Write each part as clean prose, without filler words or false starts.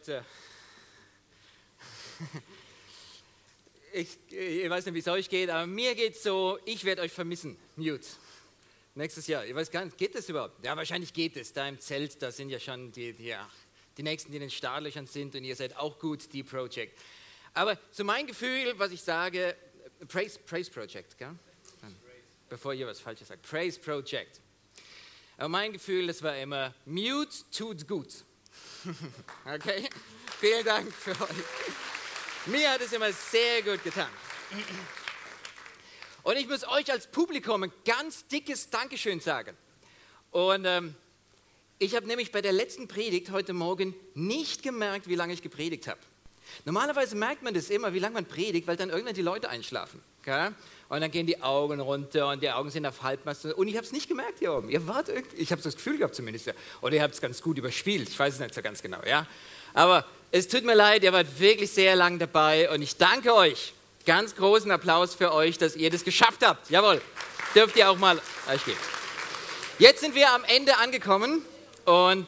Leute, ich weiß nicht, wie es euch geht, aber mir geht es so, ich werde euch vermissen, Mute. Nächstes Jahr. Ich weiß gar nicht, geht das überhaupt? Ja, wahrscheinlich geht es. Da im Zelt, da sind ja schon die Nächsten, die in den Startlöchern sind und ihr seid auch gut, die Project. Aber so mein Gefühl, was ich sage, Praise Project, gell? Bevor ihr was Falsches sagt, Praise Project. Aber mein Gefühl, das war immer, Mute tut gut. Okay? Vielen Dank für euch. Mir hat es immer sehr gut getan. Und ich muss euch als Publikum ein ganz dickes Dankeschön sagen. Und ich habe nämlich bei der letzten Predigt heute Morgen nicht gemerkt, wie lange ich gepredigt habe. Normalerweise merkt man das immer, wie lange man predigt, weil dann irgendwann die Leute einschlafen. Okay? Und dann gehen die Augen runter und die Augen sind auf Halbmast. Und ich habe es nicht gemerkt hier oben. Ihr wart irgendwie, ich habe das Gefühl gehabt zumindest. Ja. Oder ihr habt es ganz gut überspielt. Ich weiß es nicht so ganz genau. Ja? Aber es tut mir leid, ihr wart wirklich sehr lang dabei. Und ich danke euch. Ganz großen Applaus für euch, dass ihr das geschafft habt. Jawohl, dürft ihr auch mal euch geben. Jetzt sind wir am Ende angekommen und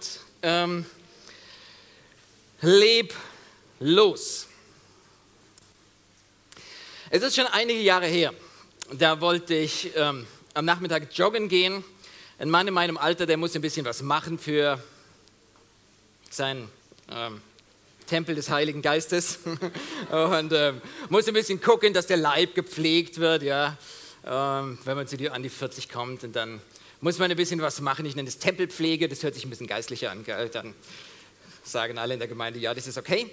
leb los. Es ist schon einige Jahre her. Da wollte ich am Nachmittag joggen gehen. Ein Mann in meinem Alter, der muss ein bisschen was machen für seinen Tempel des Heiligen Geistes und muss ein bisschen gucken, dass der Leib gepflegt wird, ja. Wenn man an die 40 kommt und dann muss man ein bisschen was machen. Ich nenne es Tempelpflege, das hört sich ein bisschen geistlicher an, gell? Dann sagen alle in der Gemeinde, ja, das ist okay.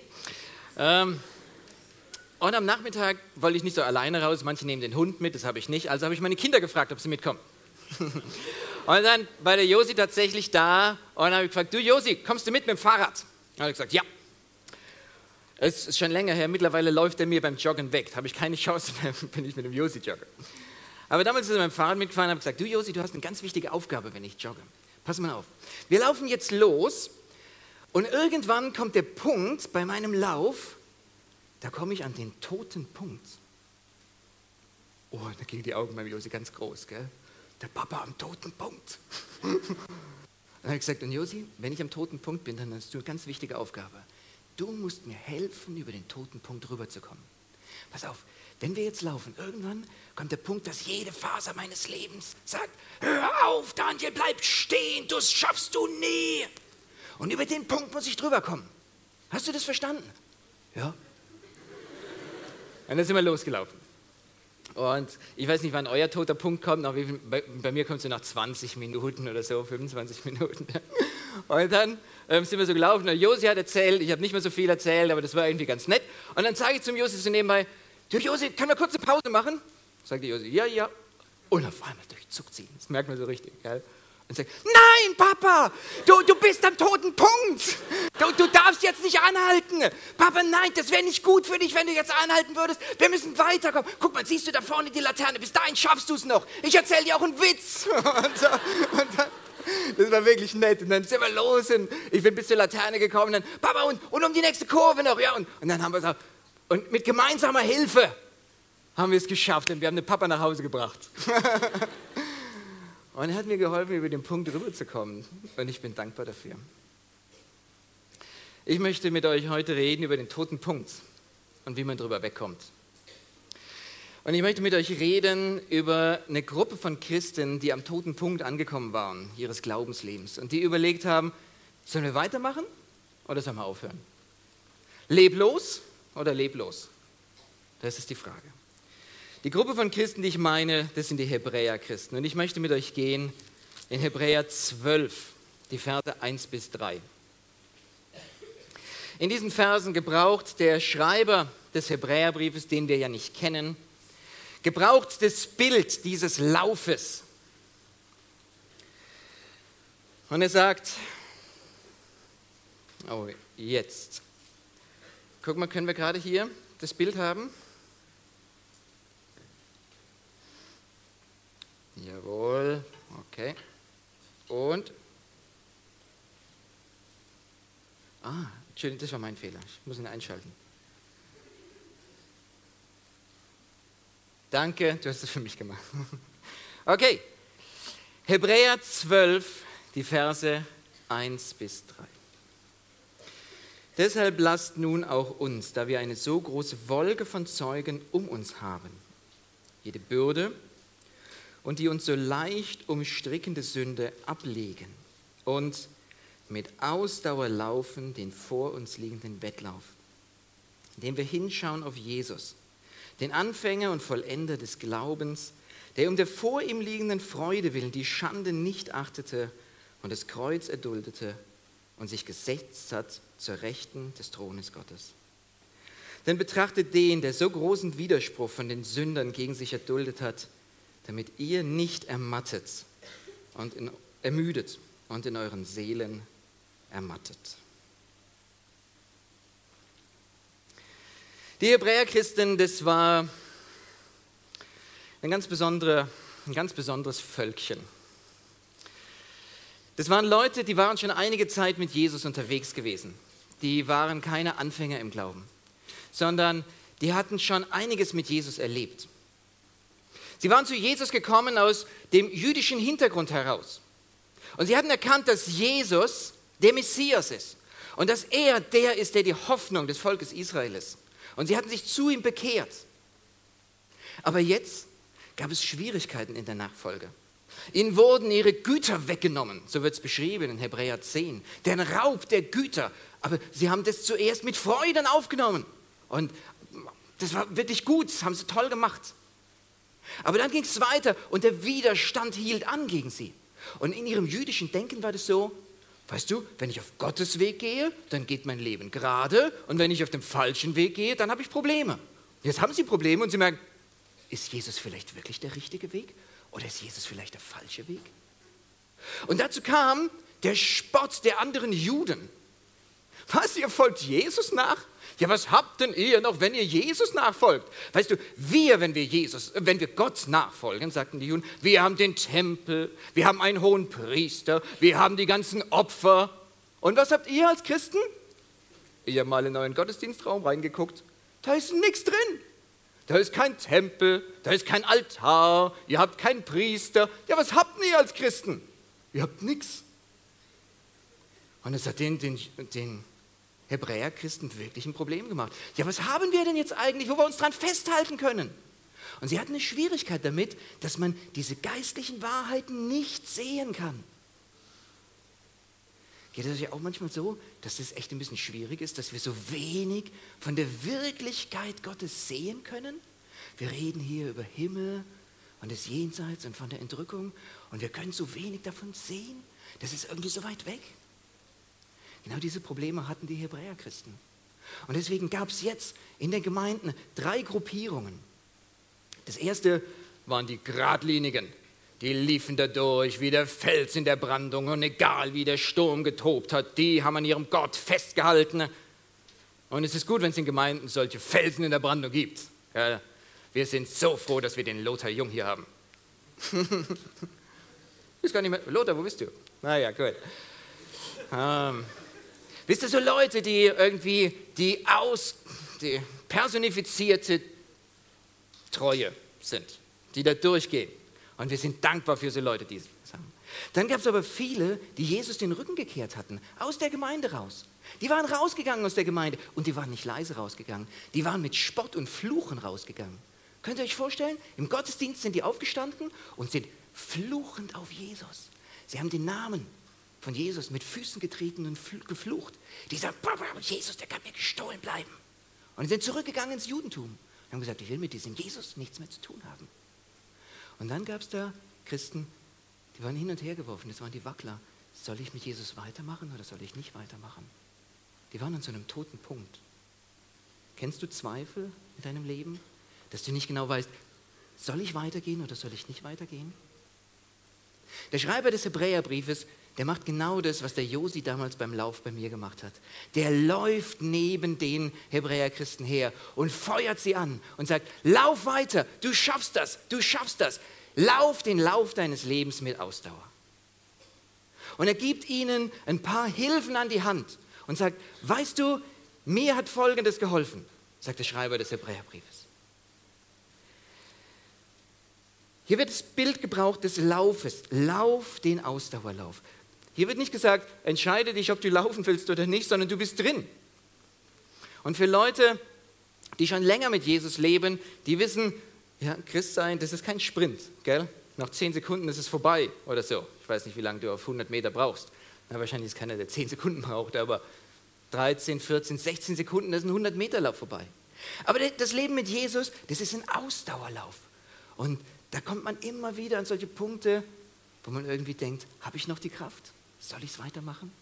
Und am Nachmittag wollte ich nicht so alleine raus, manche nehmen den Hund mit, das habe ich nicht, also habe ich meine Kinder gefragt, ob sie mitkommen. Und dann war der Josi tatsächlich da und dann habe ich gefragt, du Josi, kommst du mit dem Fahrrad? Und er hat gesagt, ja. Es ist schon länger her, mittlerweile läuft er mir beim Joggen weg. Da habe ich keine Chance mehr, wenn ich mit dem Josi jogge. Aber damals ist er mit dem Fahrrad mitgefahren und habe gesagt, du Josi, du hast eine ganz wichtige Aufgabe, wenn ich jogge. Pass mal auf. Wir laufen jetzt los und irgendwann kommt der Punkt bei meinem Lauf, da komme ich an den toten Punkt. Oh, da gingen die Augen beim Josi ganz groß, gell? Der Papa am toten Punkt. Und dann habe ich gesagt, und Josi, wenn ich am toten Punkt bin, dann hast du eine ganz wichtige Aufgabe. Du musst mir helfen, über den toten Punkt rüberzukommen. Pass auf, wenn wir jetzt laufen, irgendwann kommt der Punkt, dass jede Faser meines Lebens sagt, hör auf, Daniel, bleib stehen, das schaffst du nie. Und über den Punkt muss ich drüber kommen. Hast du das verstanden? Ja. Und dann sind wir losgelaufen. Und ich weiß nicht, wann euer toter Punkt kommt, aber bei mir kommt es so nach 20 Minuten oder so, 25 Minuten. Und dann sind wir so gelaufen und Josi hat erzählt, ich habe nicht mehr so viel erzählt, aber das war irgendwie ganz nett. Und dann sage ich zum Josi so nebenbei, du Josi, können wir kurz eine Pause machen? Sagt der Josi, ja, ja. Und auf einmal durchzuckt sie, das merkt man so richtig, gell? Und sagt, nein, Papa, du bist am toten Punkt. Du darfst jetzt nicht anhalten. Papa, nein, das wäre nicht gut für dich, wenn du jetzt anhalten würdest. Wir müssen weiterkommen. Guck mal, siehst du da vorne die Laterne? Bis dahin schaffst du es noch. Ich erzähle dir auch einen Witz. Und dann, das war wirklich nett. Und dann sind wir los und ich bin bis zur Laterne gekommen. Und dann, Papa, und um die nächste Kurve noch. Ja, und dann haben wir es. Und mit gemeinsamer Hilfe haben wir es geschafft und wir haben den Papa nach Hause gebracht. Und er hat mir geholfen, über den Punkt rüberzukommen. Und ich bin dankbar dafür. Ich möchte mit euch heute reden über den toten Punkt und wie man drüber wegkommt. Und ich möchte mit euch reden über eine Gruppe von Christen, die am toten Punkt angekommen waren, ihres Glaubenslebens. Und die überlegt haben, sollen wir weitermachen oder sollen wir aufhören? Leblos oder leblos? Das ist die Frage. Die Gruppe von Christen, die ich meine, das sind die Hebräer-Christen. Und ich möchte mit euch gehen in Hebräer 12, die Verse 1 bis 3. In diesen Versen gebraucht der Schreiber des Hebräerbriefes, den wir ja nicht kennen, gebraucht das Bild dieses Laufes. Und er sagt, oh, jetzt. Guck mal, können wir gerade hier das Bild haben? Jawohl, okay. Und? Entschuldigung, das war mein Fehler. Ich muss ihn einschalten. Danke, du hast es für mich gemacht. Okay, Hebräer 12, die Verse 1 bis 3. Deshalb lasst nun auch uns, da wir eine so große Wolke von Zeugen um uns haben, jede Bürde und die uns so leicht umstrickende Sünde ablegen und mit Ausdauer laufen den vor uns liegenden Wettlauf, indem wir hinschauen auf Jesus, den Anfänger und Vollender des Glaubens, der um der vor ihm liegenden Freude willen die Schande nicht achtete und das Kreuz erduldete und sich gesetzt hat zur Rechten des Thrones Gottes. Denn betrachtet den, der so großen Widerspruch von den Sündern gegen sich erduldet hat, damit ihr nicht ermattet und ermüdet und in euren Seelen ermattet. Die Hebräerchristen, das war ein ganz besonderes Völkchen. Das waren Leute, die waren schon einige Zeit mit Jesus unterwegs gewesen. Die waren keine Anfänger im Glauben, sondern die hatten schon einiges mit Jesus erlebt. Sie waren zu Jesus gekommen aus dem jüdischen Hintergrund heraus. Und sie hatten erkannt, dass Jesus der Messias ist und dass er der ist, der die Hoffnung des Volkes Israel ist. Und sie hatten sich zu ihm bekehrt. Aber jetzt gab es Schwierigkeiten in der Nachfolge. Ihnen wurden ihre Güter weggenommen, so wird es beschrieben in Hebräer 10. Der Raub der Güter. Aber sie haben das zuerst mit Freuden aufgenommen. Und das war wirklich gut, das haben sie toll gemacht. Aber dann ging es weiter und der Widerstand hielt an gegen sie. Und in ihrem jüdischen Denken war das so, weißt du, wenn ich auf Gottes Weg gehe, dann geht mein Leben gerade. Und wenn ich auf dem falschen Weg gehe, dann habe ich Probleme. Jetzt haben sie Probleme und sie merken, ist Jesus vielleicht wirklich der richtige Weg? Oder ist Jesus vielleicht der falsche Weg? Und dazu kam der Spott der anderen Juden. Was, ihr folgt Jesus nach? Ja, was habt denn ihr noch, wenn ihr Jesus nachfolgt? Weißt du, wenn wir Gott nachfolgen, sagten die Juden, wir haben den Tempel, wir haben einen hohen Priester, wir haben die ganzen Opfer. Und was habt ihr als Christen? Ich habe mal in euren Gottesdienstraum reingeguckt, da ist nichts drin. Da ist kein Tempel, da ist kein Altar, ihr habt keinen Priester. Ja, was habt ihr als Christen? Ihr habt nichts. Und es hat den Hebräerchristen wirklich ein Problem gemacht. Ja, was haben wir denn jetzt eigentlich, wo wir uns dran festhalten können? Und sie hatten eine Schwierigkeit damit, dass man diese geistlichen Wahrheiten nicht sehen kann. Geht es euch auch manchmal so, dass es echt ein bisschen schwierig ist, dass wir so wenig von der Wirklichkeit Gottes sehen können? Wir reden hier über Himmel und das Jenseits und von der Entrückung und wir können so wenig davon sehen. Das ist irgendwie so weit weg. Genau diese Probleme hatten die Hebräerchristen. Und deswegen gab es jetzt in den Gemeinden 3 Gruppierungen. Das erste waren die Geradlinigen. Die liefen da durch wie der Fels in der Brandung und egal wie der Sturm getobt hat, die haben an ihrem Gott festgehalten. Und es ist gut, wenn es in Gemeinden solche Felsen in der Brandung gibt. Ja, wir sind so froh, dass wir den Lothar Jung hier haben. Ist gar nicht mehr. Lothar, wo bist du? Naja, gut. Wisst ihr, so Leute, die irgendwie die personifizierte Treue sind, die da durchgehen. Und wir sind dankbar für so Leute, die es haben. Dann gab es aber viele, die Jesus den Rücken gekehrt hatten, aus der Gemeinde raus. Die waren rausgegangen aus der Gemeinde und die waren nicht leise rausgegangen. Die waren mit Spott und Fluchen rausgegangen. Könnt ihr euch vorstellen? Im Gottesdienst sind die aufgestanden und sind fluchend auf Jesus. Sie haben den Namen von Jesus mit Füßen getreten und geflucht. Die sagen, Jesus, der kann mir gestohlen bleiben. Und sind zurückgegangen ins Judentum. Und haben gesagt, ich will mit diesem Jesus nichts mehr zu tun haben. Und dann gab es da Christen, die waren hin und her geworfen, das waren die Wackler. Soll ich mit Jesus weitermachen oder soll ich nicht weitermachen? Die waren an so einem toten Punkt. Kennst du Zweifel in deinem Leben? Dass du nicht genau weißt, soll ich weitergehen oder soll ich nicht weitergehen? Der Schreiber des Hebräerbriefes, der macht genau das, was der Josi damals beim Lauf bei mir gemacht hat. Der läuft neben den Hebräerchristen her und feuert sie an und sagt, lauf weiter, du schaffst das, du schaffst das. Lauf den Lauf deines Lebens mit Ausdauer. Und er gibt ihnen ein paar Hilfen an die Hand und sagt, weißt du, mir hat Folgendes geholfen, sagt der Schreiber des Hebräerbriefes. Hier wird das Bild gebraucht des Laufes. Lauf den Ausdauerlauf. Hier wird nicht gesagt, entscheide dich, ob du laufen willst oder nicht, sondern du bist drin. Und für Leute, die schon länger mit Jesus leben, die wissen, ja, Christsein, das ist kein Sprint, gell? Nach 10 Sekunden ist es vorbei oder so. Ich weiß nicht, wie lange du auf 100 Meter brauchst. Na, wahrscheinlich ist keiner, der 10 Sekunden braucht, aber 13, 14, 16 Sekunden, das ist ein 100-Meter-Lauf vorbei. Aber das Leben mit Jesus, das ist ein Ausdauerlauf. Und da kommt man immer wieder an solche Punkte, wo man irgendwie denkt, habe ich noch die Kraft? Soll ich es weitermachen?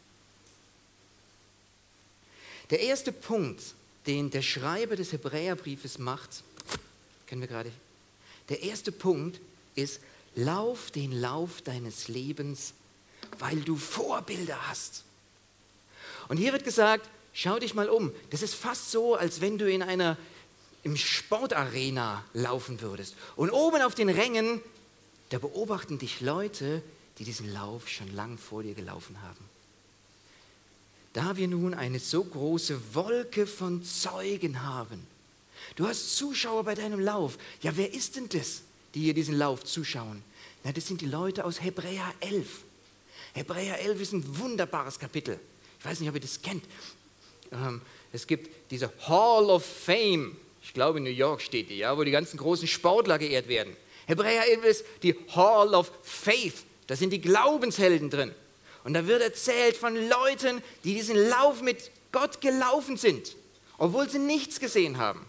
Der erste Punkt, den der Schreiber des Hebräerbriefes macht, kennen wir gerade, der erste Punkt ist, lauf den Lauf deines Lebens, weil du Vorbilder hast. Und hier wird gesagt, schau dich mal um. Das ist fast so, als wenn du im Sportarena laufen würdest. Und oben auf den Rängen, da beobachten dich Leute, die diesen Lauf schon lang vor dir gelaufen haben. Da wir nun eine so große Wolke von Zeugen haben. Du hast Zuschauer bei deinem Lauf. Ja, wer ist denn das, die hier diesen Lauf zuschauen? Na, das sind die Leute aus Hebräer 11. Hebräer 11 ist ein wunderbares Kapitel. Ich weiß nicht, ob ihr das kennt. Es gibt diese Hall of Fame. Ich glaube, in New York steht die, ja, wo die ganzen großen Sportler geehrt werden. Hebräer 11 ist die Hall of Faith. Da sind die Glaubenshelden drin. Und da wird erzählt von Leuten, die diesen Lauf mit Gott gelaufen sind, obwohl sie nichts gesehen haben.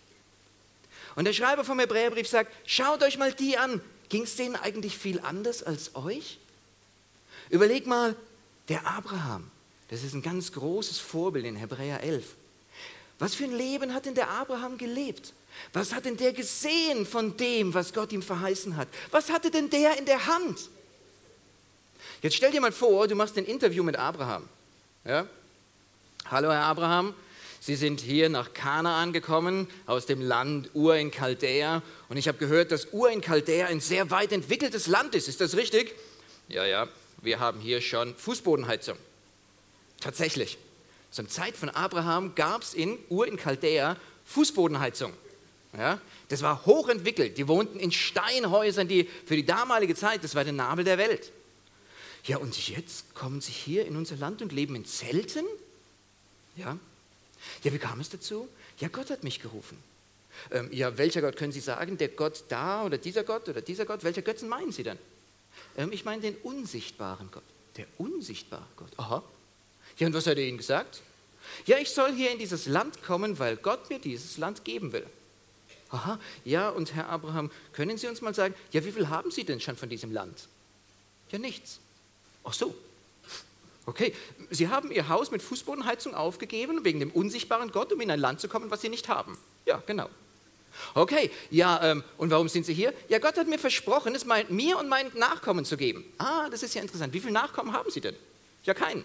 Und der Schreiber vom Hebräerbrief sagt, schaut euch mal die an. Ging es denen eigentlich viel anders als euch? Überleg mal, der Abraham, das ist ein ganz großes Vorbild in Hebräer 11. Was für ein Leben hat denn der Abraham gelebt? Was hat denn der gesehen von dem, was Gott ihm verheißen hat? Was hatte denn der in der Hand? Jetzt stell dir mal vor, du machst ein Interview mit Abraham. Ja? Hallo Herr Abraham, Sie sind hier nach Kanaan gekommen, aus dem Land Ur in Chaldäa. Und ich habe gehört, dass Ur in Chaldäa ein sehr weit entwickeltes Land ist. Ist das richtig? Ja, wir haben hier schon Fußbodenheizung. Tatsächlich. Zur Zeit von Abraham gab es in Ur in Chaldäa Fußbodenheizung. Ja? Das war hochentwickelt. Die wohnten in Steinhäusern, die für die damalige Zeit, das war der Nabel der Welt. Ja, und jetzt kommen sie hier in unser Land und leben in Zelten? Ja, wie kam es dazu? Ja, Gott hat mich gerufen. Ja, welcher Gott können Sie sagen? Der Gott da oder dieser Gott oder dieser Gott? Welcher Götzen meinen Sie denn? Ich meine den unsichtbaren Gott. Der unsichtbare Gott. Aha. Ja, und was hat er Ihnen gesagt? Ja, ich soll hier in dieses Land kommen, weil Gott mir dieses Land geben will. Aha. Ja, und Herr Abraham, können Sie uns mal sagen, ja, wie viel haben Sie denn schon von diesem Land? Ja, nichts. Ach so. Okay, Sie haben Ihr Haus mit Fußbodenheizung aufgegeben, wegen dem unsichtbaren Gott, um in ein Land zu kommen, was Sie nicht haben. Ja, genau. Okay, ja, und warum sind Sie hier? Ja, Gott hat mir versprochen, es mir und meinen Nachkommen zu geben. Ah, das ist ja interessant. Wie viele Nachkommen haben Sie denn? Ja, keinen.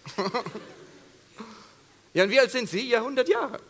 Ja, und wie alt sind Sie? Ja, 100 Jahre.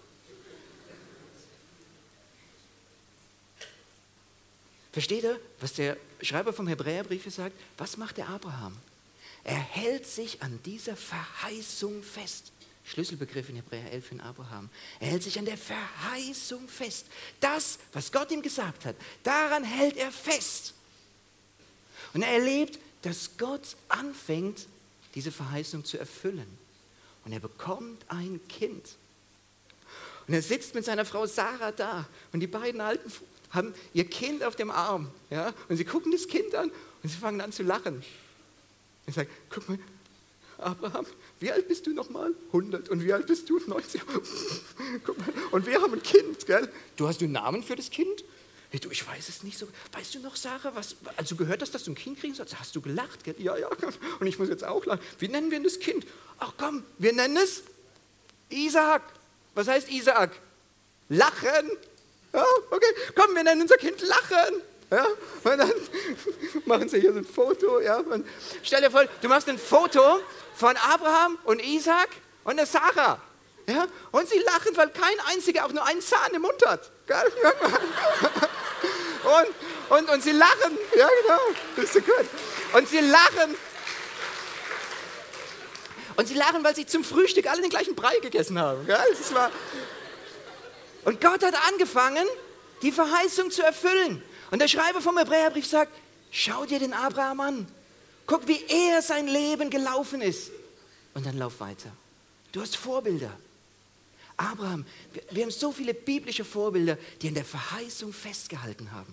Versteht ihr, was der Schreiber vom Hebräerbrief sagt? Was macht der Abraham? Er hält sich an dieser Verheißung fest. Schlüsselbegriff in Hebräer 11 in Abraham. Er hält sich an der Verheißung fest. Das, was Gott ihm gesagt hat, daran hält er fest. Und er erlebt, dass Gott anfängt, diese Verheißung zu erfüllen. Und er bekommt ein Kind. Und er sitzt mit seiner Frau Sarah da. Und die beiden Alten haben ihr Kind auf dem Arm. Ja? Und sie gucken das Kind an und sie fangen an zu lachen. Ich sage, guck mal, Abraham, wie alt bist du nochmal? 100. Und wie alt bist du? 90. Guck mal. Und wir haben ein Kind, gell? Du hast einen Namen für das Kind? Hey, du, ich weiß es nicht so. Weißt du noch, Sarah, als du gehört hast, dass du ein Kind kriegen sollst, hast du gelacht, gell? Ja. Und ich muss jetzt auch lachen. Wie nennen wir denn das Kind? Ach komm, wir nennen es Isaak. Was heißt Isaak? Lachen. Ja, okay. Komm, wir nennen unser Kind Lachen. Ja, und dann machen sie hier so ein Foto. Ja, und stell dir vor, du machst ein Foto von Abraham und Isaak und der Sarah. Ja, und sie lachen, weil kein einziger auch nur einen Zahn im Mund hat. Gell? Und sie lachen. Ja, genau. Das ist so gut. Und sie lachen. Und sie lachen, weil sie zum Frühstück alle den gleichen Brei gegessen haben. Gell? Und Gott hat angefangen, die Verheißung zu erfüllen. Und der Schreiber vom Hebräerbrief sagt, schau dir den Abraham an. Guck, wie er sein Leben gelaufen ist. Und dann lauf weiter. Du hast Vorbilder. Abraham. Wir haben so viele biblische Vorbilder, die an der Verheißung festgehalten haben.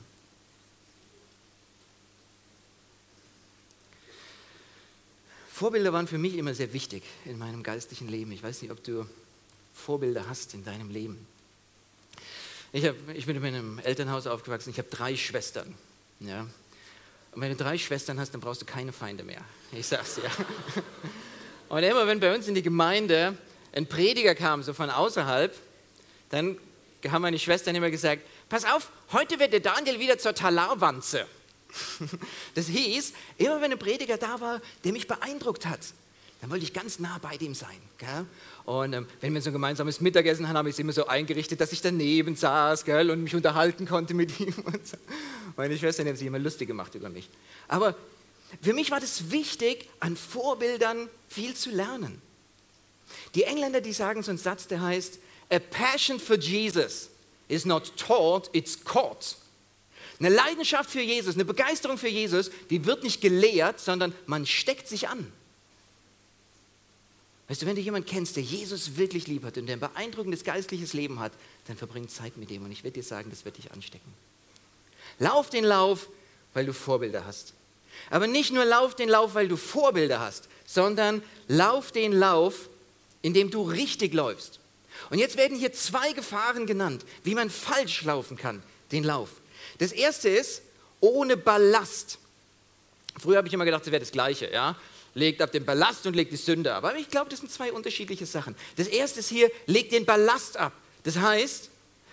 Vorbilder waren für mich immer sehr wichtig in meinem geistlichen Leben. Ich weiß nicht, ob du Vorbilder hast in deinem Leben. Ich bin in einem Elternhaus aufgewachsen, ich habe 3 Schwestern. Ja. Und wenn du 3 Schwestern hast, dann brauchst du keine Feinde mehr. Ich sag's dir. Und immer wenn bei uns in die Gemeinde ein Prediger kam, so von außerhalb, dann haben meine Schwestern immer gesagt, pass auf, heute wird der Daniel wieder zur Talarwanze. Das hieß, immer wenn ein Prediger da war, der mich beeindruckt hat, dann wollte ich ganz nah bei dem sein. Gell? Und wenn wir so ein gemeinsames Mittagessen haben, habe ich es immer so eingerichtet, dass ich daneben saß, gell, und mich unterhalten konnte mit ihm. Und so. Meine Schwestern haben sich immer lustig gemacht über mich. Aber für mich war das wichtig, an Vorbildern viel zu lernen. Die Engländer, die sagen so einen Satz, der heißt, a passion for Jesus is not taught, it's caught. Eine Leidenschaft für Jesus, eine Begeisterung für Jesus, die wird nicht gelehrt, sondern man steckt sich an. Weißt du, wenn du jemanden kennst, der Jesus wirklich lieb hat und der ein beeindruckendes geistliches Leben hat, dann verbring Zeit mit dem und ich werde dir sagen, das wird dich anstecken. Lauf den Lauf, weil du Vorbilder hast. Aber nicht nur lauf den Lauf, weil du Vorbilder hast, sondern lauf den Lauf, indem du richtig läufst. Und jetzt werden hier 2 Gefahren genannt, wie man falsch laufen kann, den Lauf. Das erste ist, ohne Ballast. Früher habe ich immer gedacht, das wäre das Gleiche, ja. Legt ab den Ballast und legt die Sünde ab. Aber ich glaube, das sind 2 unterschiedliche Sachen. Das erste ist hier, legt den Ballast ab. Das heißt,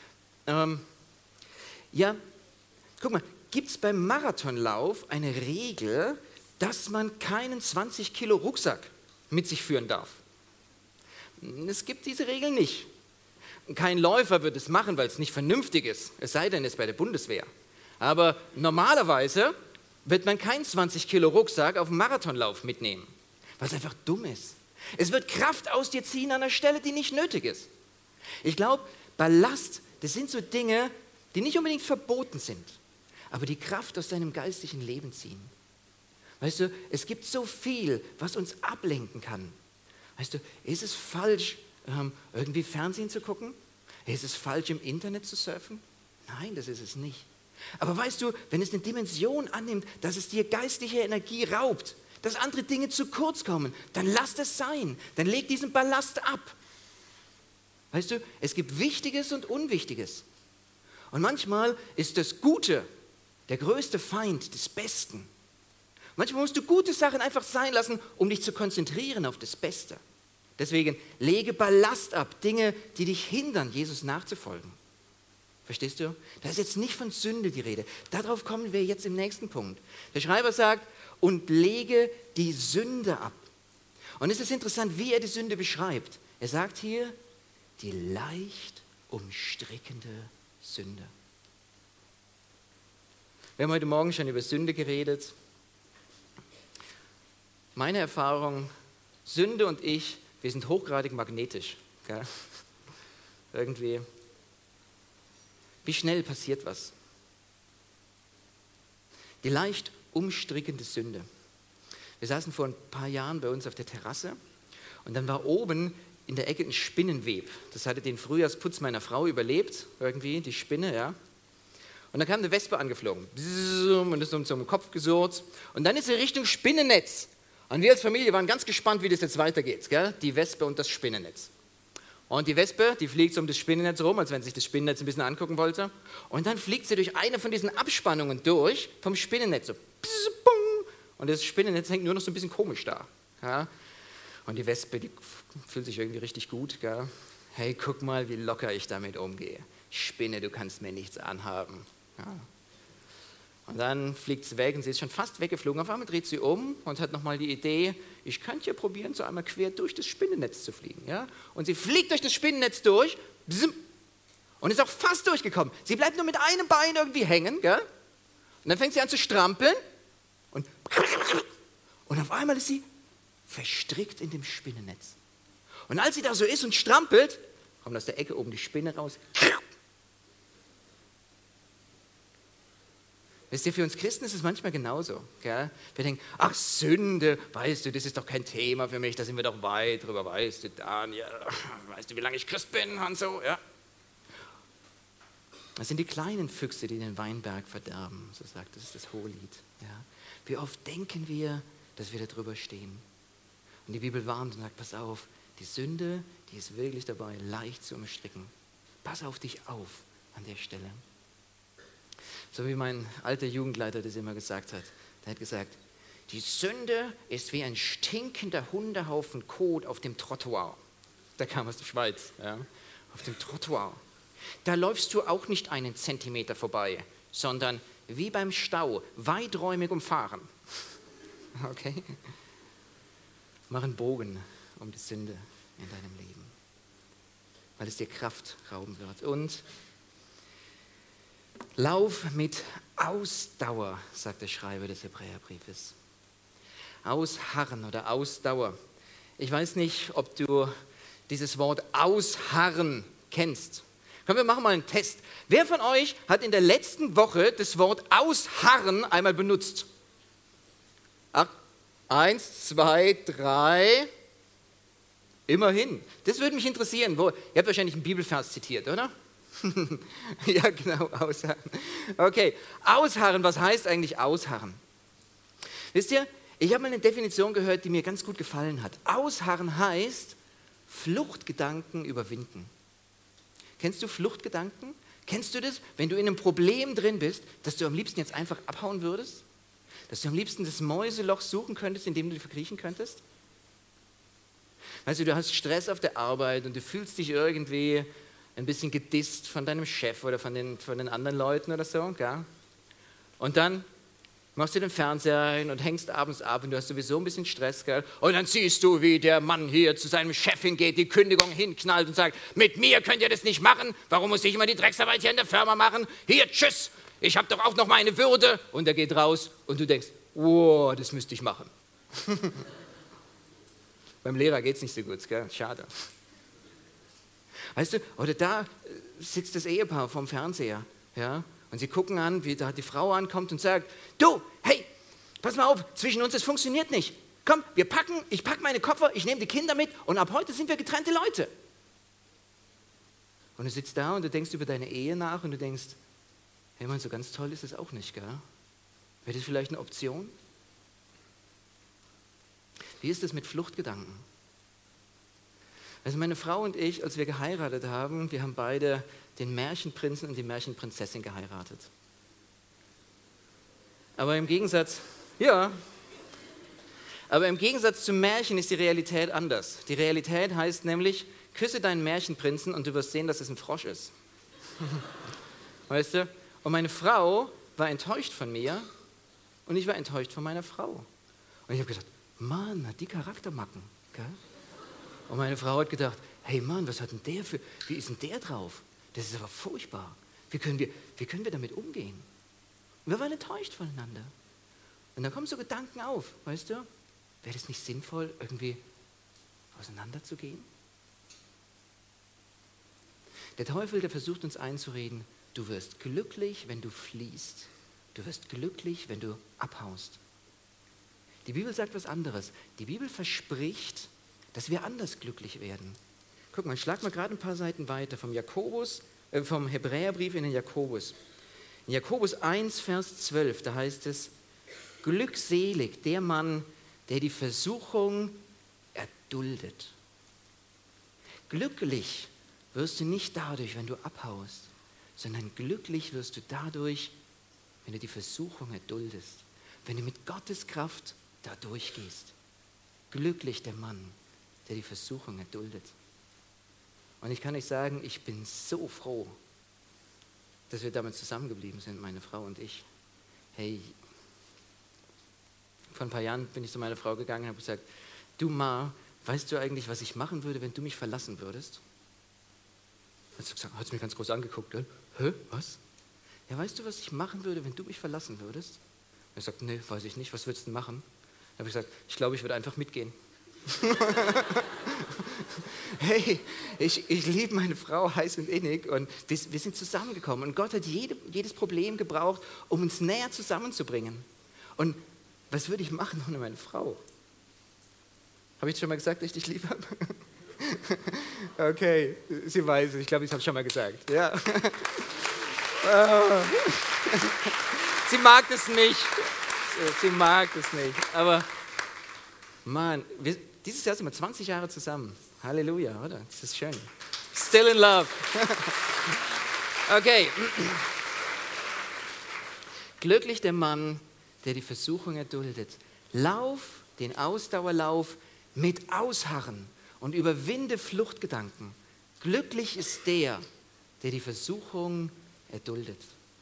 guck mal, gibt es beim Marathonlauf eine Regel, dass man keinen 20 Kilo Rucksack mit sich führen darf? Es gibt diese Regel nicht. Kein Läufer wird es machen, weil es nicht vernünftig ist, es sei denn, es ist bei der Bundeswehr. Aber normalerweise wird man keinen 20 Kilo Rucksack auf dem Marathonlauf mitnehmen, weil es einfach dumm ist. Es wird Kraft aus dir ziehen an einer Stelle, die nicht nötig ist. Ich glaube, Ballast, das sind so Dinge, die nicht unbedingt verboten sind, aber die Kraft aus deinem geistlichen Leben ziehen. Weißt du, es gibt so viel, was uns ablenken kann. Weißt du, ist es falsch, irgendwie Fernsehen zu gucken? Ist es falsch, im Internet zu surfen? Nein, das ist es nicht. Aber weißt du, wenn es eine Dimension annimmt, dass es dir geistliche Energie raubt, dass andere Dinge zu kurz kommen, dann lass das sein. Dann leg diesen Ballast ab. Weißt du, es gibt Wichtiges und Unwichtiges. Und manchmal ist das Gute der größte Feind des Besten. Manchmal musst du gute Sachen einfach sein lassen, um dich zu konzentrieren auf das Beste. Deswegen lege Ballast ab, Dinge, die dich hindern, Jesus nachzufolgen. Verstehst du? Da ist jetzt nicht von Sünde die Rede. Darauf kommen wir jetzt im nächsten Punkt. Der Schreiber sagt, und lege die Sünde ab. Und es ist interessant, wie er die Sünde beschreibt. Er sagt hier, die leicht umstrickende Sünde. Wir haben heute Morgen schon über Sünde geredet. Meine Erfahrung, Sünde und ich, wir sind hochgradig magnetisch. Gell? Irgendwie. Wie schnell passiert was? Die leicht umstrickende Sünde. Wir saßen vor ein paar Jahren bei uns auf der Terrasse und dann war oben in der Ecke ein Spinnenweb. Das hatte den Frühjahrsputz meiner Frau überlebt, irgendwie, die Spinne, ja. Und dann kam eine Wespe angeflogen und ist um den Kopf gesurrt und dann ist sie Richtung Spinnennetz. Und wir als Familie waren ganz gespannt, wie das jetzt weitergeht, gell? Die Wespe und das Spinnennetz. Und die Wespe, die fliegt so um das Spinnennetz rum, als wenn sie sich das Spinnennetz ein bisschen angucken wollte. Und dann fliegt sie durch eine von diesen Abspannungen durch vom Spinnennetz. So. Und das Spinnennetz hängt nur noch so ein bisschen komisch da. Ja? Und die Wespe, die fühlt sich irgendwie richtig gut. Gell? Hey, guck mal, wie locker ich damit umgehe. Spinne, du kannst mir nichts anhaben. Ja. Und dann fliegt sie weg und sie ist schon fast weggeflogen. Auf einmal dreht sie um und hat nochmal die Idee, ich könnte ja probieren, so einmal quer durch das Spinnennetz zu fliegen. Ja? Und sie fliegt durch das Spinnennetz durch und ist auch fast durchgekommen. Sie bleibt nur mit einem Bein irgendwie hängen. Gell? Und dann fängt sie an zu strampeln und auf einmal ist sie verstrickt in dem Spinnennetz. Und als sie da so ist und strampelt, kommt aus der Ecke oben die Spinne raus. Wisst ihr, für uns Christen ist es manchmal genauso. Gell? Wir denken, ach Sünde, weißt du, das ist doch kein Thema für mich, da sind wir doch weit drüber, weißt du, Daniel, weißt du, wie lange ich Christ bin und so, ja. Das sind die kleinen Füchse, die den Weinberg verderben, so sagt es das Hohelied. Ja. Wie oft denken wir, dass wir da drüber stehen? Und die Bibel warnt und sagt, pass auf, die Sünde, die ist wirklich dabei, leicht zu umstricken. Pass auf dich auf an der Stelle. So wie mein alter Jugendleiter das immer gesagt hat. Der hat gesagt, die Sünde ist wie ein stinkender Hundehaufen Kot auf dem Trottoir. Der kam aus der Schweiz, ja, auf dem Trottoir. Da läufst du auch nicht einen Zentimeter vorbei, sondern wie beim Stau, weiträumig umfahren. Okay? Mach einen Bogen um die Sünde in deinem Leben, weil es dir Kraft rauben wird. Und lauf mit Ausdauer, sagt der Schreiber des Hebräerbriefes. Ausharren oder Ausdauer. Ich weiß nicht, ob du dieses Wort ausharren kennst. Komm, wir machen mal einen Test. Wer von euch hat in der letzten Woche das Wort ausharren einmal benutzt? 1, 2, 3. Immerhin. Das würde mich interessieren. Ihr habt wahrscheinlich einen Bibelvers zitiert, oder? Ja, genau, ausharren. Okay, ausharren, was heißt eigentlich ausharren? Wisst ihr, ich habe mal eine Definition gehört, die mir ganz gut gefallen hat. Ausharren heißt Fluchtgedanken überwinden. Kennst du Fluchtgedanken? Kennst du das, wenn du in einem Problem drin bist, dass du am liebsten jetzt einfach abhauen würdest? Dass du am liebsten das Mäuseloch suchen könntest, in dem du dich verkriechen könntest? Weißt du, du hast Stress auf der Arbeit und du fühlst dich irgendwie ein bisschen gedisst von deinem Chef oder von den anderen Leuten oder so. Gell? Und dann machst du den Fernseher ein und hängst abends ab und du hast sowieso ein bisschen Stress. Gell? Und dann siehst du, wie der Mann hier zu seinem Chef hingeht, die Kündigung hinknallt und sagt, mit mir könnt ihr das nicht machen, warum muss ich immer die Drecksarbeit hier in der Firma machen? Hier, tschüss, ich habe doch auch noch meine Würde. Und er geht raus und du denkst, wow, das müsste ich machen. Beim Lehrer geht es nicht so gut, gell? Schade. Weißt du, oder da sitzt das Ehepaar vorm Fernseher, ja, und sie gucken an, wie da die Frau ankommt und sagt, du, hey, pass mal auf, zwischen uns, das funktioniert nicht. Komm, ich packe meine Koffer, ich nehme die Kinder mit und ab heute sind wir getrennte Leute. Und du sitzt da und du denkst über deine Ehe nach und du denkst, hey Mann, so ganz toll ist es auch nicht, gell? Wäre das vielleicht eine Option? Wie ist es mit Fluchtgedanken? Also meine Frau und ich, als wir geheiratet haben, wir haben beide den Märchenprinzen und die Märchenprinzessin geheiratet. Aber im Gegensatz zum Märchen ist die Realität anders. Die Realität heißt nämlich, küsse deinen Märchenprinzen und du wirst sehen, dass es ein Frosch ist. Weißt du? Und meine Frau war enttäuscht von mir und ich war enttäuscht von meiner Frau. Und ich habe gedacht, Mann, hat die Charaktermacken. Gell? Und meine Frau hat gedacht, hey Mann, was hat denn der für, wie ist denn der drauf? Das ist aber furchtbar. Wie können wir damit umgehen? Und wir waren enttäuscht voneinander. Und dann kommen so Gedanken auf, weißt du, wäre es nicht sinnvoll, irgendwie auseinanderzugehen? Der Teufel, der versucht uns einzureden, du wirst glücklich, wenn du fliehst. Du wirst glücklich, wenn du abhaust. Die Bibel sagt was anderes. Die Bibel verspricht, dass wir anders glücklich werden. Guck mal, schlag mal gerade ein paar Seiten weiter vom Hebräerbrief in den Jakobus. In Jakobus 1, Vers 12, da heißt es, glückselig der Mann, der die Versuchung erduldet. Glücklich wirst du nicht dadurch, wenn du abhaust, sondern glücklich wirst du dadurch, wenn du die Versuchung erduldest, wenn du mit Gottes Kraft da durchgehst. Glücklich der Mann, der die Versuchung erduldet. Und ich kann euch sagen, ich bin so froh, dass wir damit zusammengeblieben sind, meine Frau und ich. Hey, vor ein paar Jahren bin ich zu meiner Frau gegangen und habe gesagt, du Ma, weißt du eigentlich, was ich machen würde, wenn du mich verlassen würdest? Hat sie mich ganz groß angeguckt, gell? Hä, was? Ja, weißt du, was ich machen würde, wenn du mich verlassen würdest? Er sagt, nee, weiß ich nicht, was würdest du denn machen? Dann habe ich gesagt, ich glaube, ich würde einfach mitgehen. hey, ich liebe meine Frau heiß und innig und wir sind zusammengekommen und Gott hat jedes Problem gebraucht, um uns näher zusammenzubringen. Und was würde ich machen ohne meine Frau? Habe ich schon mal gesagt, dass ich dich lieb habe? Okay, sie weiß es, ich glaube, ich habe es schon mal gesagt. Ja. Sie mag es nicht. Sie mag es nicht. Aber, Mann, dieses Jahr sind wir 20 Jahre zusammen. Halleluja, oder? Das ist schön. Still in love. Okay. Glücklich der Mann, der die Versuchung erduldet. Lauf den Ausdauerlauf mit Ausharren und überwinde Fluchtgedanken. Glücklich ist der die Versuchung erduldet.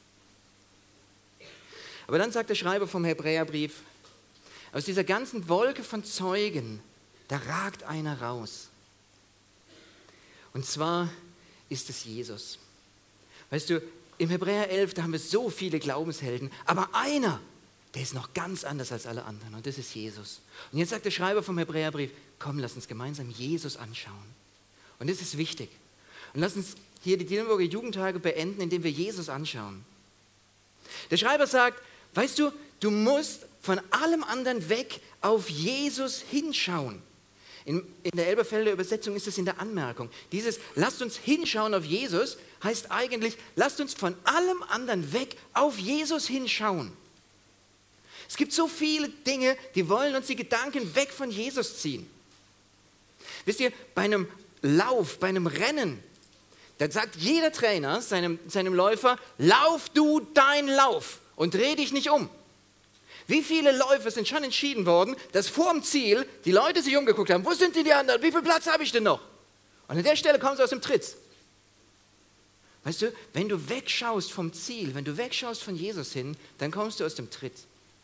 Aber dann sagt der Schreiber vom Hebräerbrief, aus dieser ganzen Wolke von Zeugen, da ragt einer raus. Und zwar ist es Jesus. Weißt du, im Hebräer 11, da haben wir so viele Glaubenshelden, aber einer, der ist noch ganz anders als alle anderen und das ist Jesus. Und jetzt sagt der Schreiber vom Hebräerbrief, komm, lass uns gemeinsam Jesus anschauen. Und das ist wichtig. Und lass uns hier die Dillenburger Jugendtage beenden, indem wir Jesus anschauen. Der Schreiber sagt, weißt du, du musst von allem anderen weg auf Jesus hinschauen. In der Elberfelder Übersetzung ist es in der Anmerkung. Dieses lasst uns hinschauen auf Jesus heißt eigentlich, lasst uns von allem anderen weg auf Jesus hinschauen. Es gibt so viele Dinge, die wollen uns die Gedanken weg von Jesus ziehen. Wisst ihr, bei einem Lauf, bei einem Rennen, da sagt jeder Trainer seinem Läufer, lauf du deinen Lauf und dreh dich nicht um. Wie viele Läufer sind schon entschieden worden, dass vor dem Ziel die Leute sich umgeguckt haben, wo sind denn die anderen, wie viel Platz habe ich denn noch? Und an der Stelle kommen sie aus dem Tritt. Weißt du, wenn du wegschaust vom Ziel, wenn du wegschaust von Jesus hin, dann kommst du aus dem Tritt.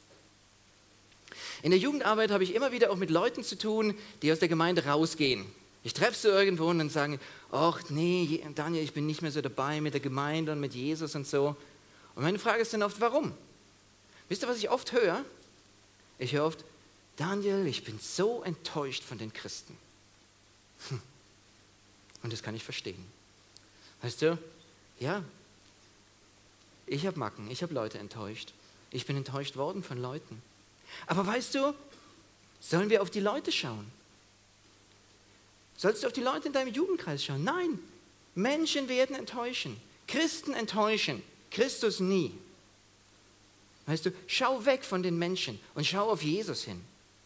In der Jugendarbeit habe ich immer wieder auch mit Leuten zu tun, die aus der Gemeinde rausgehen. Ich treffe sie irgendwo und dann sagen, ach nee, Daniel, ich bin nicht mehr so dabei mit der Gemeinde und mit Jesus und so. Und meine Frage ist dann oft, warum? Wisst ihr, was ich oft höre? Ich höre oft, Daniel, ich bin so enttäuscht von den Christen. Und das kann ich verstehen. Weißt du, ja, ich habe Macken, ich habe Leute enttäuscht. Ich bin enttäuscht worden von Leuten. Aber weißt du, sollen wir auf die Leute schauen? Sollst du auf die Leute in deinem Jugendkreis schauen? Nein, Menschen werden enttäuschen. Christen enttäuschen, Christus nie. Weißt du, schau weg von den Menschen und schau auf Jesus hin.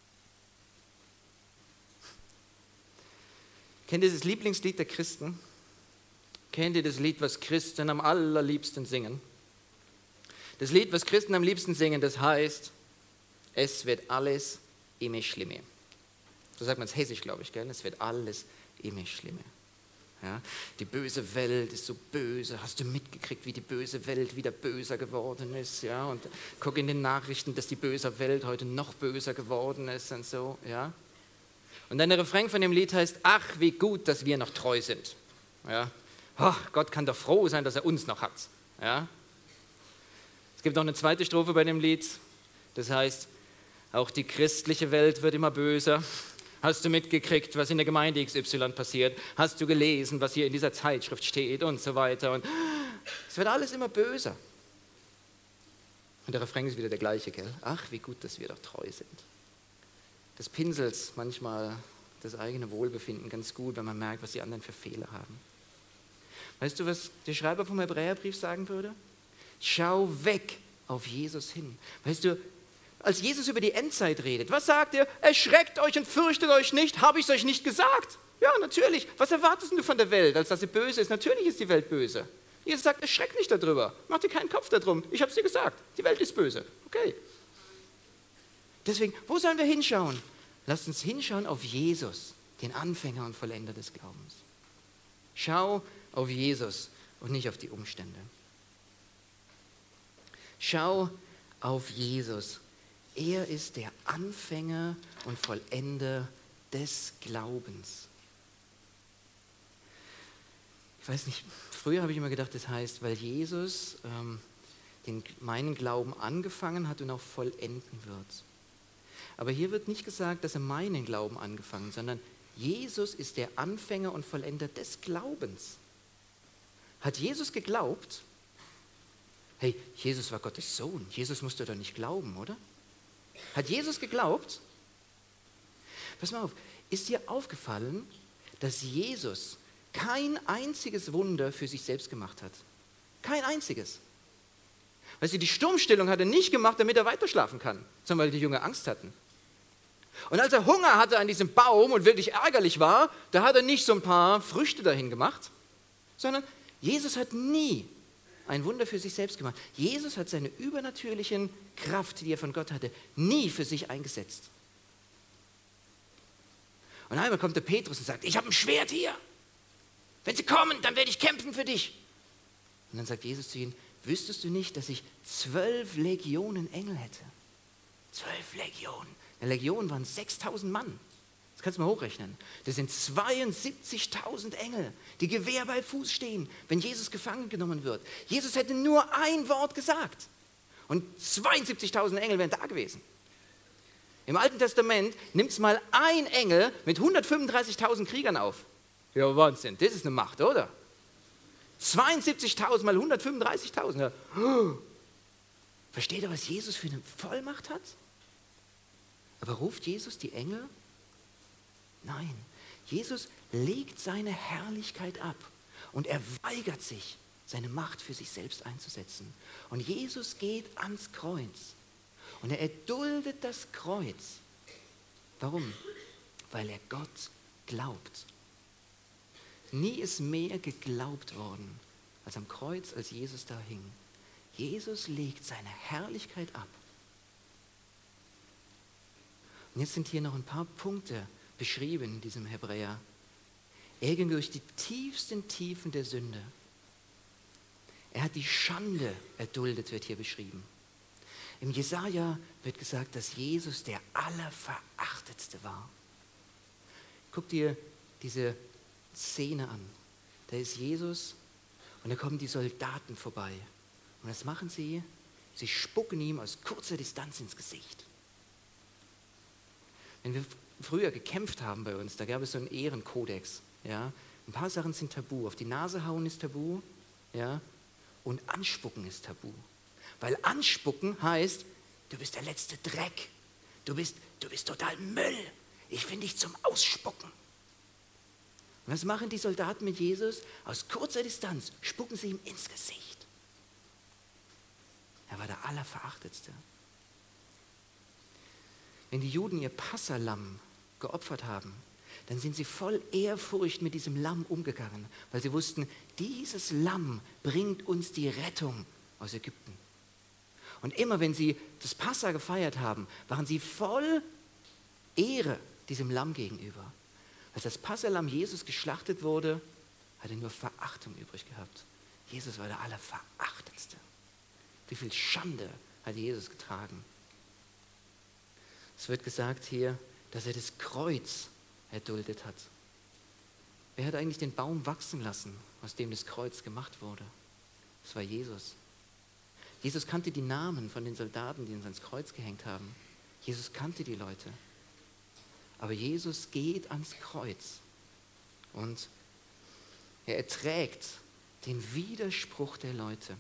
Kennt ihr das Lieblingslied der Christen? Kennt ihr das Lied, was Christen am allerliebsten singen? Das Lied, was Christen am liebsten singen, das heißt, es wird alles immer schlimmer. So sagt man es hessisch, glaube ich, gell? Es wird alles immer schlimmer. Ja? Die böse Welt ist so böse. Hast du mitgekriegt, wie die böse Welt wieder böser geworden ist? Ja? Und guck in den Nachrichten, dass die böse Welt heute noch böser geworden ist und so. Ja? Und dann der Refrain von dem Lied heißt, ach, wie gut, dass wir noch treu sind. Ja? Oh, Gott kann doch froh sein, dass er uns noch hat. Ja? Es gibt noch eine zweite Strophe bei dem Lied, das heißt, auch die christliche Welt wird immer böser. Hast du mitgekriegt, was in der Gemeinde XY passiert? Hast du gelesen, was hier in dieser Zeitschrift steht und so weiter? Und es wird alles immer böser. Und der Refrain ist wieder der gleiche, gell? Ach, wie gut, dass wir doch treu sind. Das pinselt manchmal das eigene Wohlbefinden ganz gut, wenn man merkt, was die anderen für Fehler haben. Weißt du, was der Schreiber vom Hebräerbrief sagen würde? Schau weg auf Jesus hin. Weißt du, als Jesus über die Endzeit redet, was sagt er? Erschreckt euch und fürchtet euch nicht, habe ich es euch nicht gesagt? Ja, natürlich. Was erwartest du von der Welt, als dass sie böse ist? Natürlich ist die Welt böse. Jesus sagt, erschreck nicht darüber, mach dir keinen Kopf darum. Ich habe es dir gesagt, die Welt ist böse. Okay. Deswegen, wo sollen wir hinschauen? Lasst uns hinschauen auf Jesus, den Anfänger und Vollender des Glaubens. Schau auf Jesus und nicht auf die Umstände. Schau auf Jesus. Er ist der Anfänger und Vollender des Glaubens. Ich weiß nicht, früher habe ich immer gedacht, das heißt, weil Jesus meinen Glauben angefangen hat und auch vollenden wird. Aber hier wird nicht gesagt, dass er meinen Glauben angefangen hat, sondern Jesus ist der Anfänger und Vollender des Glaubens. Hat Jesus geglaubt? Hey, Jesus war Gottes Sohn. Jesus musste doch nicht glauben, oder? Hat Jesus geglaubt? Pass mal auf, ist dir aufgefallen, dass Jesus kein einziges Wunder für sich selbst gemacht hat? Kein einziges. Weißt du, die Sturmstillung hat er nicht gemacht, damit er weiter schlafen kann, sondern weil die Jünger Angst hatten. Und als er Hunger hatte an diesem Baum und wirklich ärgerlich war, da hat er nicht so ein paar Früchte dahin gemacht, sondern Jesus hat nie ein Wunder für sich selbst gemacht. Jesus hat seine übernatürlichen Kraft, die er von Gott hatte, nie für sich eingesetzt. Und einmal kommt der Petrus und sagt, ich habe ein Schwert hier. Wenn sie kommen, dann werde ich kämpfen für dich. Und dann sagt Jesus zu ihnen, wüsstest du nicht, dass ich 12 Legionen Engel hätte? 12 Legionen. Eine Legion waren 6.000 Mann. Das kannst du mal hochrechnen. Das sind 72.000 Engel, die Gewehr bei Fuß stehen, wenn Jesus gefangen genommen wird. Jesus hätte nur ein Wort gesagt. Und 72.000 Engel wären da gewesen. Im Alten Testament nimmt es mal ein Engel mit 135.000 Kriegern auf. Ja, Wahnsinn, das ist eine Macht, oder? 72.000 mal 135.000. Ja. Versteht ihr, was Jesus für eine Vollmacht hat? Aber ruft Jesus die Engel? Nein, Jesus legt seine Herrlichkeit ab und er weigert sich, seine Macht für sich selbst einzusetzen. Und Jesus geht ans Kreuz und er erduldet das Kreuz. Warum? Weil er Gott glaubt. Nie ist mehr geglaubt worden als am Kreuz, als Jesus da hing. Jesus legt seine Herrlichkeit ab. Und jetzt sind hier noch ein paar Punkte beschrieben in diesem Hebräer. Er ging durch die tiefsten Tiefen der Sünde. Er hat die Schande erduldet, wird hier beschrieben. Im Jesaja wird gesagt, dass Jesus der Allerverachtetste war. Guck dir diese Szene an. Da ist Jesus und da kommen die Soldaten vorbei. Und was machen sie? Sie spucken ihm aus kurzer Distanz ins Gesicht. Wenn wir früher gekämpft haben bei uns, da gab es so einen Ehrenkodex. Ja? Ein paar Sachen sind tabu. Auf die Nase hauen ist tabu, ja? Und anspucken ist tabu. Weil anspucken heißt, du bist der letzte Dreck. Du bist total Müll. Ich finde dich zum Ausspucken. Und was machen die Soldaten mit Jesus? Aus kurzer Distanz spucken sie ihm ins Gesicht. Er war der Allerverachtetste. Wenn die Juden ihr Passalamm geopfert haben, dann sind sie voll Ehrfurcht mit diesem Lamm umgegangen, weil sie wussten, dieses Lamm bringt uns die Rettung aus Ägypten. Und immer wenn sie das Passa gefeiert haben, waren sie voll Ehre diesem Lamm gegenüber. Als das Passalamm Jesus geschlachtet wurde, hat er nur Verachtung übrig gehabt. Jesus war der Allerverachtetste. Wie viel Schande hat Jesus getragen? Es wird gesagt hier, dass er das Kreuz erduldet hat. Wer hat eigentlich den Baum wachsen lassen, aus dem das Kreuz gemacht wurde? Das war Jesus. Jesus kannte die Namen von den Soldaten, die ihn ans Kreuz gehängt haben. Jesus kannte die Leute. Aber Jesus geht ans Kreuz und er erträgt den Widerspruch der Leute.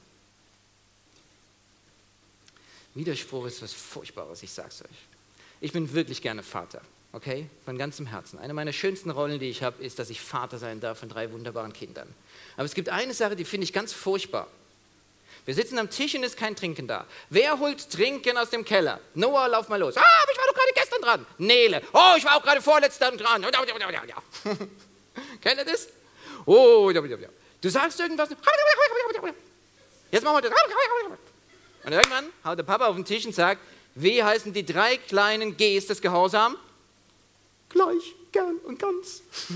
Widerspruch ist was Furchtbares, ich sag's euch. Ich bin wirklich gerne Vater, okay? Von ganzem Herzen. Eine meiner schönsten Rollen, die ich habe, ist, dass ich Vater sein darf von 3 wunderbaren Kindern. Aber es gibt eine Sache, die finde ich ganz furchtbar. Wir sitzen am Tisch und es ist kein Trinken da. Wer holt Trinken aus dem Keller? Noah, lauf mal los. Aber ich war doch gerade gestern dran. Nele. Oh, ich war auch gerade vorletzter dran. Kennt ihr das? Oh, du sagst irgendwas. Jetzt machen wir das. Und irgendwann haut der Papa auf den Tisch und sagt, wie heißen die 3 kleinen Gs des Gehorsam? Gleich, gern und ganz.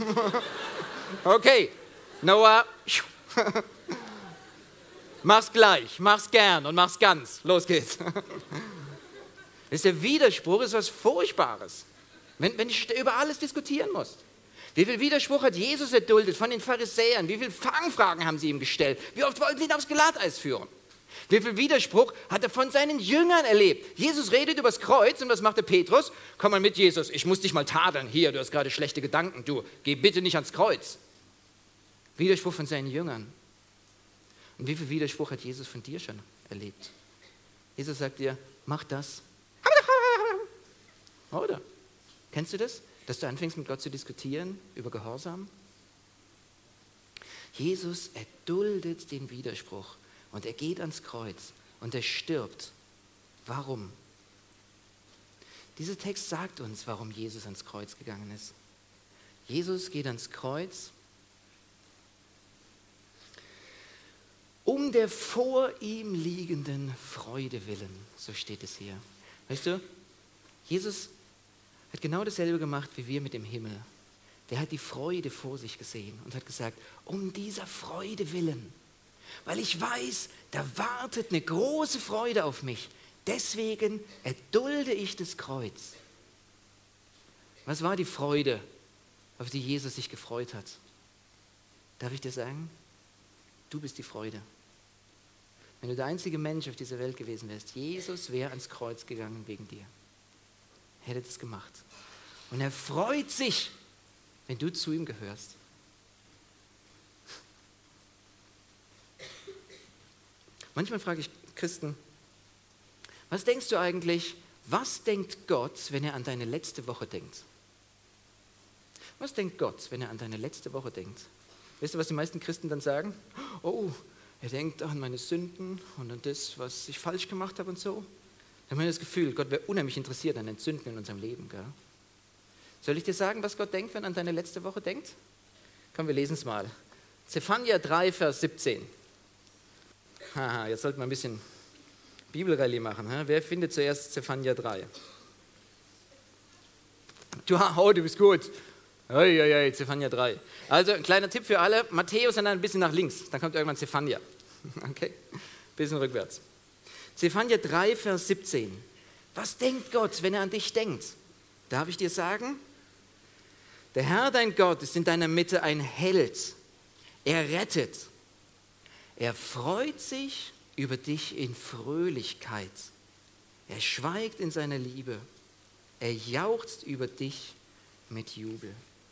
Okay, Noah, mach's gleich, mach's gern und mach's ganz. Los geht's. Das ist der Widerspruch, ist was Furchtbares. Wenn du über alles diskutieren musst. Wie viel Widerspruch hat Jesus erduldet von den Pharisäern? Wie viele Fangfragen haben sie ihm gestellt? Wie oft wollten sie ihn aufs Glatteis führen? Wie viel Widerspruch hat er von seinen Jüngern erlebt? Jesus redet übers Kreuz und was macht der Petrus? Komm mal mit, Jesus, ich muss dich mal tadeln. Hier, du hast gerade schlechte Gedanken, du, geh bitte nicht ans Kreuz. Widerspruch von seinen Jüngern. Und wie viel Widerspruch hat Jesus von dir schon erlebt? Jesus sagt dir, mach das. Oder? Kennst du das? Dass du anfängst mit Gott zu diskutieren über Gehorsam? Jesus erduldet den Widerspruch und er geht ans Kreuz und er stirbt. Warum? Dieser Text sagt uns, warum Jesus ans Kreuz gegangen ist. Jesus geht ans Kreuz, um der vor ihm liegenden Freude willen. So steht es hier. Weißt du, Jesus hat genau dasselbe gemacht wie wir mit dem Himmel. Der hat die Freude vor sich gesehen und hat gesagt, um dieser Freude willen, weil ich weiß, da wartet eine große Freude auf mich. Deswegen erdulde ich das Kreuz. Was war die Freude, auf die Jesus sich gefreut hat? Darf ich dir sagen? Du bist die Freude. Wenn du der einzige Mensch auf dieser Welt gewesen wärst, Jesus wäre ans Kreuz gegangen wegen dir. Er hätte das gemacht. Und er freut sich, wenn du zu ihm gehörst. Manchmal frage ich Christen, was denkst du eigentlich, was denkt Gott, wenn er an deine letzte Woche denkt? Was denkt Gott, wenn er an deine letzte Woche denkt? Weißt du, was die meisten Christen dann sagen? Oh, er denkt an meine Sünden und an das, was ich falsch gemacht habe und so. Dann haben wir das Gefühl, Gott wäre unheimlich interessiert an den Sünden in unserem Leben. Gell? Soll ich dir sagen, was Gott denkt, wenn er an deine letzte Woche denkt? Komm, wir lesen es mal. Zephania 3, Vers 17. Haha, jetzt sollten wir ein bisschen Bibelrallye machen. He? Wer findet zuerst Zephania 3? Du bist gut. Zephania 3. Also ein kleiner Tipp für alle, Matthäus und dann ein bisschen nach links, dann kommt irgendwann Zephania. Okay, ein bisschen rückwärts. Zephania 3, Vers 17. Was denkt Gott, wenn er an dich denkt? Darf ich dir sagen? Der Herr, dein Gott, ist in deiner Mitte ein Held. Er rettet. Er freut sich über dich in Fröhlichkeit. Er schweigt in seiner Liebe. Er jauchzt über dich mit Jubel.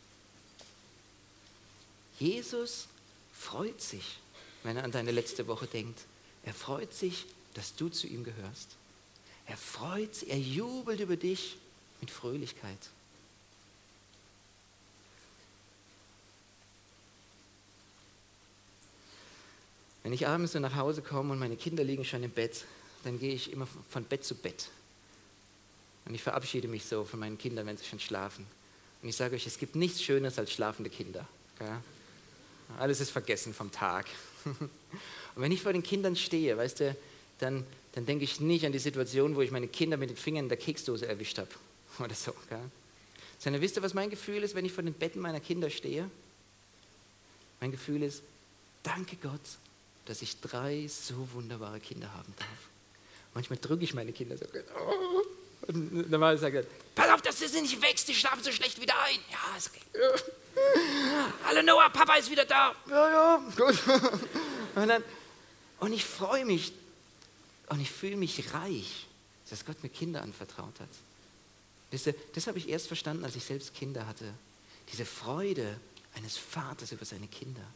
Jesus freut sich, wenn er an deine letzte Woche denkt. Er freut sich, dass du zu ihm gehörst. Er freut sich, er jubelt über dich mit Fröhlichkeit. Wenn ich abends so nach Hause komme und meine Kinder liegen schon im Bett, dann gehe ich immer von Bett zu Bett. Und ich verabschiede mich so von meinen Kindern, wenn sie schon schlafen. Und ich sage euch, es gibt nichts Schöneres als schlafende Kinder. Okay? Alles ist vergessen vom Tag. Und wenn ich vor den Kindern stehe, weißt du, dann denke ich nicht an die Situation, wo ich meine Kinder mit den Fingern in der Keksdose erwischt habe. Oder so. Okay? Sondern wisst ihr, was mein Gefühl ist, wenn ich vor den Betten meiner Kinder stehe? Mein Gefühl ist, danke Gott, dass ich 3 so wunderbare Kinder haben darf. Manchmal drücke ich meine Kinder so. Oh. Und normal sagt er, pass auf, dass du nicht wächst, die schlafen so schlecht wieder ein. Ja, ist okay. Hallo Noah, Papa ist wieder da. Ja, gut. Und ich freue mich und ich fühle mich reich, dass Gott mir Kinder anvertraut hat. Wisst ihr, das habe ich erst verstanden, als ich selbst Kinder hatte. Diese Freude eines Vaters über seine Kinder.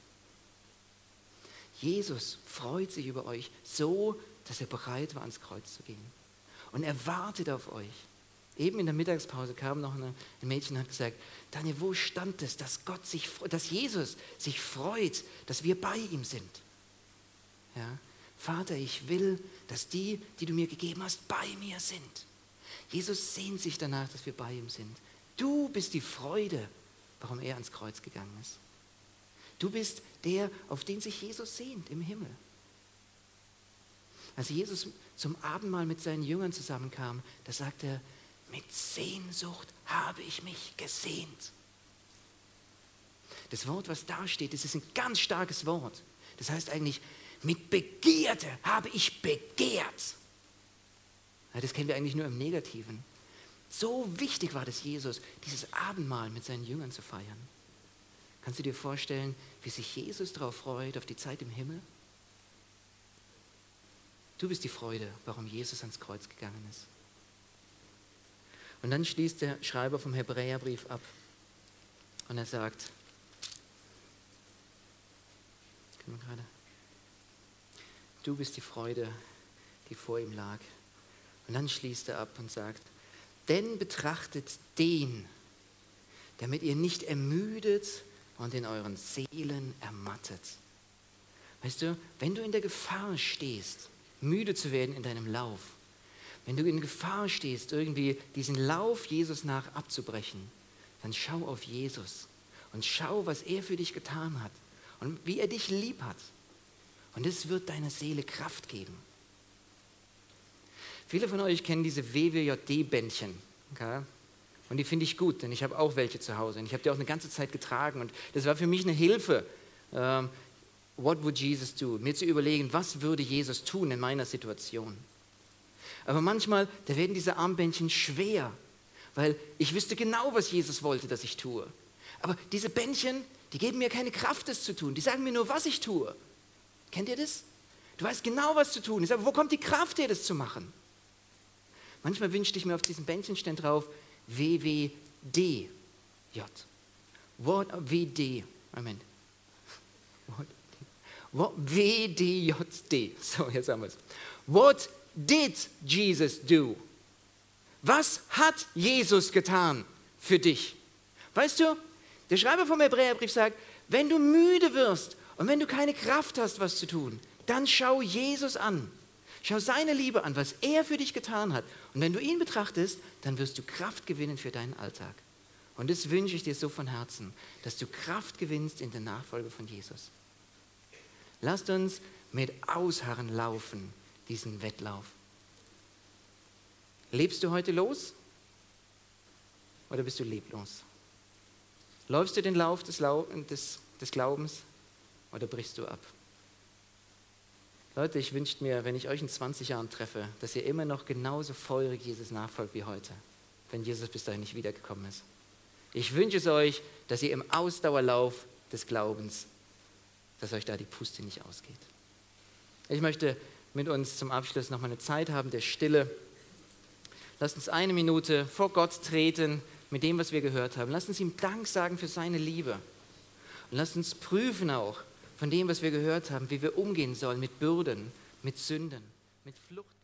Jesus freut sich über euch so, dass er bereit war, ans Kreuz zu gehen. Und er wartet auf euch. Eben in der Mittagspause kam noch ein Mädchen und hat gesagt, Daniel, wo stand es, dass Jesus sich freut, dass wir bei ihm sind? Ja? Vater, ich will, dass die du mir gegeben hast, bei mir sind. Jesus sehnt sich danach, dass wir bei ihm sind. Du bist die Freude, warum er ans Kreuz gegangen ist. Du bist der, auf den sich Jesus sehnt im Himmel. Als Jesus zum Abendmahl mit seinen Jüngern zusammenkam, da sagte er, mit Sehnsucht habe ich mich gesehnt. Das Wort, was da steht, das ist ein ganz starkes Wort. Das heißt eigentlich, mit Begierde habe ich begehrt. Ja, das kennen wir eigentlich nur im Negativen. So wichtig war das Jesus, dieses Abendmahl mit seinen Jüngern zu feiern. Kannst du dir vorstellen, wie sich Jesus darauf freut, auf die Zeit im Himmel? Du bist die Freude, warum Jesus ans Kreuz gegangen ist. Und dann schließt der Schreiber vom Hebräerbrief ab und er sagt, du bist die Freude, die vor ihm lag. Und dann schließt er ab und sagt, denn betrachtet den, damit ihr nicht ermüdet und in euren Seelen ermattet. Weißt du, wenn du in der Gefahr stehst, müde zu werden in deinem Lauf, wenn du in Gefahr stehst, irgendwie diesen Lauf Jesus nach abzubrechen, dann schau auf Jesus und schau, was er für dich getan hat und wie er dich lieb hat. Und es wird deiner Seele Kraft geben. Viele von euch kennen diese WWJD-Bändchen. Okay? Und die finde ich gut, denn ich habe auch welche zu Hause. Und ich habe die auch eine ganze Zeit getragen. Und das war für mich eine Hilfe. What would Jesus do? Mir zu überlegen, was würde Jesus tun in meiner Situation. Aber manchmal, da werden diese Armbändchen schwer, weil ich wüsste genau, was Jesus wollte, dass ich tue. Aber diese Bändchen, die geben mir keine Kraft, das zu tun. Die sagen mir nur, was ich tue. Kennt ihr das? Du weißt genau, was zu tun ist. Aber wo kommt die Kraft her, das zu machen? Manchmal wünschte ich mir auf diesem Bändchen stand drauf WWDJ. What WD. Moment. What WDJD. So, jetzt haben wir es. What did Jesus do? Was hat Jesus getan für dich? Weißt du, der Schreiber vom Hebräerbrief sagt, wenn du müde wirst und wenn du keine Kraft hast, was zu tun, dann schau Jesus an. Schau seine Liebe an, was er für dich getan hat. Und wenn du ihn betrachtest, dann wirst du Kraft gewinnen für deinen Alltag. Und das wünsche ich dir so von Herzen, dass du Kraft gewinnst in der Nachfolge von Jesus. Lasst uns mit Ausharren laufen, diesen Wettlauf. Lebst du heute los oder bist du leblos? Läufst du den Lauf des Glaubens oder brichst du ab? Leute, ich wünsche mir, wenn ich euch in 20 Jahren treffe, dass ihr immer noch genauso feurig Jesus nachfolgt wie heute, wenn Jesus bis dahin nicht wiedergekommen ist. Ich wünsche es euch, dass ihr im Ausdauerlauf des Glaubens, dass euch da die Puste nicht ausgeht. Ich möchte mit uns zum Abschluss noch mal eine Zeit haben der Stille. Lasst uns 1 Minute vor Gott treten mit dem, was wir gehört haben. Lasst uns ihm Dank sagen für seine Liebe. Und lasst uns prüfen auch von dem, was wir gehört haben, wie wir umgehen sollen mit Bürden, mit Sünden, mit Flucht.